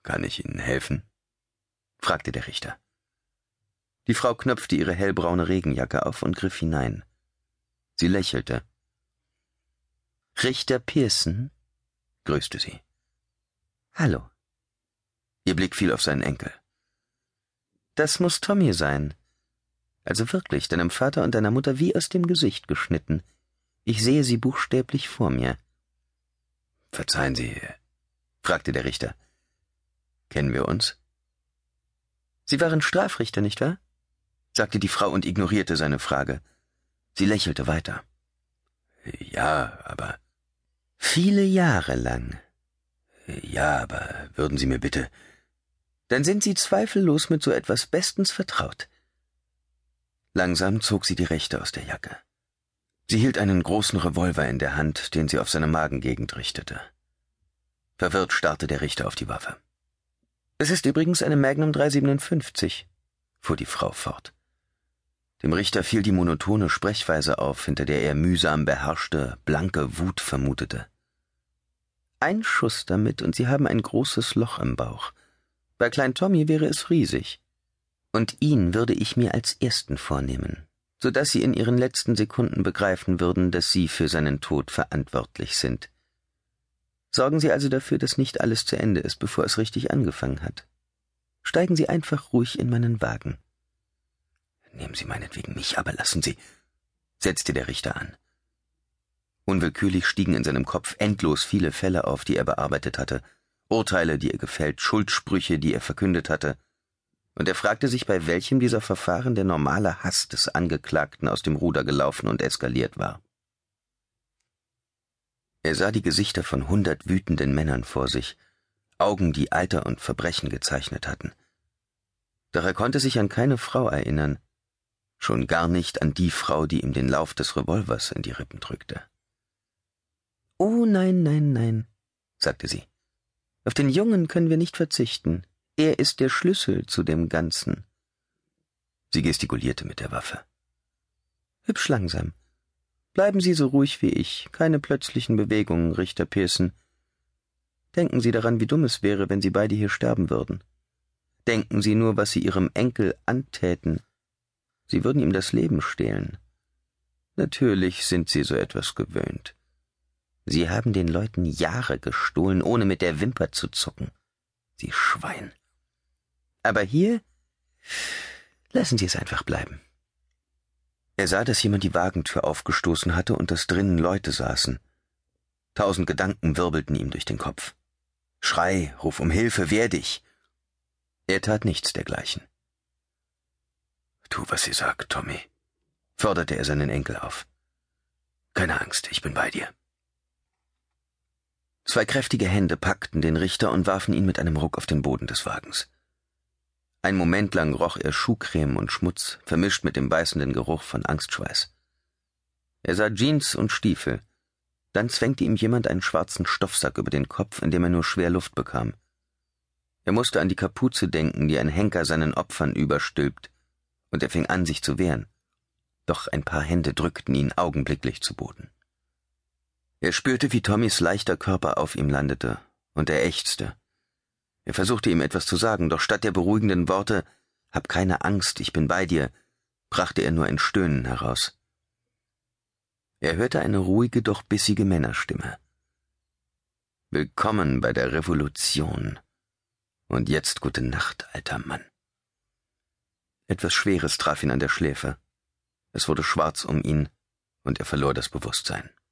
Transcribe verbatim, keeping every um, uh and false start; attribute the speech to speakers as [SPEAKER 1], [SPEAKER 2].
[SPEAKER 1] Kann ich Ihnen helfen?« fragte der Richter. Die Frau knöpfte ihre hellbraune Regenjacke auf und griff hinein. Sie lächelte. »Richter Pearson?« grüßte sie. »Hallo.« Ihr Blick fiel auf seinen Enkel. »Das muss Tommy sein. Also wirklich, deinem Vater und deiner Mutter wie aus dem Gesicht geschnitten. Ich sehe sie buchstäblich vor mir.« »Verzeihen Sie«, fragte der Richter. »Kennen wir uns?« »Sie waren Strafrichter, nicht wahr?« sagte die Frau und ignorierte seine Frage. Sie lächelte weiter. »Ja, aber...« »Viele Jahre lang.« »Ja, aber würden Sie mir bitte...« »Dann sind Sie zweifellos mit so etwas bestens vertraut.« Langsam zog sie die Rechte aus der Jacke. Sie hielt einen großen Revolver in der Hand, den sie auf seine Magengegend richtete. Verwirrt starrte der Richter auf die Waffe. »Es ist übrigens eine Magnum drei siebenundfünfzig«, fuhr die Frau fort. Dem Richter fiel die monotone Sprechweise auf, hinter der er mühsam beherrschte, blanke Wut vermutete. »Ein Schuss damit und Sie haben ein großes Loch im Bauch. Bei Klein Tommy wäre es riesig. Und ihn würde ich mir als Ersten vornehmen, sodass Sie in Ihren letzten Sekunden begreifen würden, dass Sie für seinen Tod verantwortlich sind. Sorgen Sie also dafür, dass nicht alles zu Ende ist, bevor es richtig angefangen hat. Steigen Sie einfach ruhig in meinen Wagen.« »Nehmen Sie meinetwegen mich, aber lassen Sie«, setzte der Richter an. Unwillkürlich stiegen in seinem Kopf endlos viele Fälle auf, die er bearbeitet hatte, Urteile, die er gefällt, Schuldsprüche, die er verkündet hatte, und er fragte sich, bei welchem dieser Verfahren der normale Hass des Angeklagten aus dem Ruder gelaufen und eskaliert war. Er sah die Gesichter von hundert wütenden Männern vor sich, Augen, die Alter und Verbrechen gezeichnet hatten. Doch er konnte sich an keine Frau erinnern, schon gar nicht an die Frau, die ihm den Lauf des Revolvers in die Rippen drückte. »Oh nein, nein, nein«, sagte sie. »Auf den Jungen können wir nicht verzichten. Er ist der Schlüssel zu dem Ganzen.« Sie gestikulierte mit der Waffe. »Hübsch langsam. Bleiben Sie so ruhig wie ich, keine plötzlichen Bewegungen, Richter Pearson. Denken Sie daran, wie dumm es wäre, wenn Sie beide hier sterben würden. Denken Sie nur, was Sie Ihrem Enkel antäten. Sie würden ihm das Leben stehlen. Natürlich sind Sie so etwas gewöhnt. Sie haben den Leuten Jahre gestohlen, ohne mit der Wimper zu zucken. Sie Schwein. Aber hier lassen Sie es einfach bleiben.« Er sah, dass jemand die Wagentür aufgestoßen hatte und dass drinnen Leute saßen. Tausend Gedanken wirbelten ihm durch den Kopf. Schrei, ruf um Hilfe, wehr dich. Er tat nichts dergleichen. »Tu, was sie sagt, Tommy«, forderte er seinen Enkel auf. »Keine Angst, ich bin bei dir.« Zwei kräftige Hände packten den Richter und warfen ihn mit einem Ruck auf den Boden des Wagens. Ein Moment lang roch er Schuhcreme und Schmutz, vermischt mit dem beißenden Geruch von Angstschweiß. Er sah Jeans und Stiefel. Dann zwängte ihm jemand einen schwarzen Stoffsack über den Kopf, in dem er nur schwer Luft bekam. Er musste an die Kapuze denken, die ein Henker seinen Opfern überstülpt, und er fing an, sich zu wehren. Doch ein paar Hände drückten ihn augenblicklich zu Boden. Er spürte, wie Tommys leichter Körper auf ihm landete, und er ächzte. Er versuchte ihm etwas zu sagen, doch statt der beruhigenden Worte »Hab keine Angst, ich bin bei dir«, brachte er nur ein Stöhnen heraus. Er hörte eine ruhige, doch bissige Männerstimme. »Willkommen bei der Revolution. Und jetzt gute Nacht, alter Mann.« Etwas Schweres traf ihn an der Schläfe. Es wurde schwarz um ihn, und er verlor das Bewusstsein.